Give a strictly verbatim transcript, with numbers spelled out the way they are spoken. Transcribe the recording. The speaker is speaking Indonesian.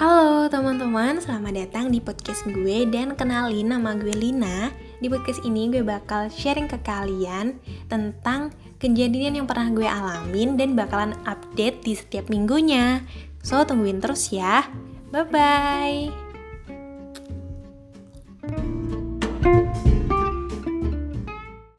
Halo teman-teman, selamat datang di podcast gue dan kenalin nama gue Lina. Di podcast ini gue bakal sharing ke kalian tentang kejadian yang pernah gue alamin dan bakalan update di setiap minggunya. So, tungguin terus ya. Bye-bye.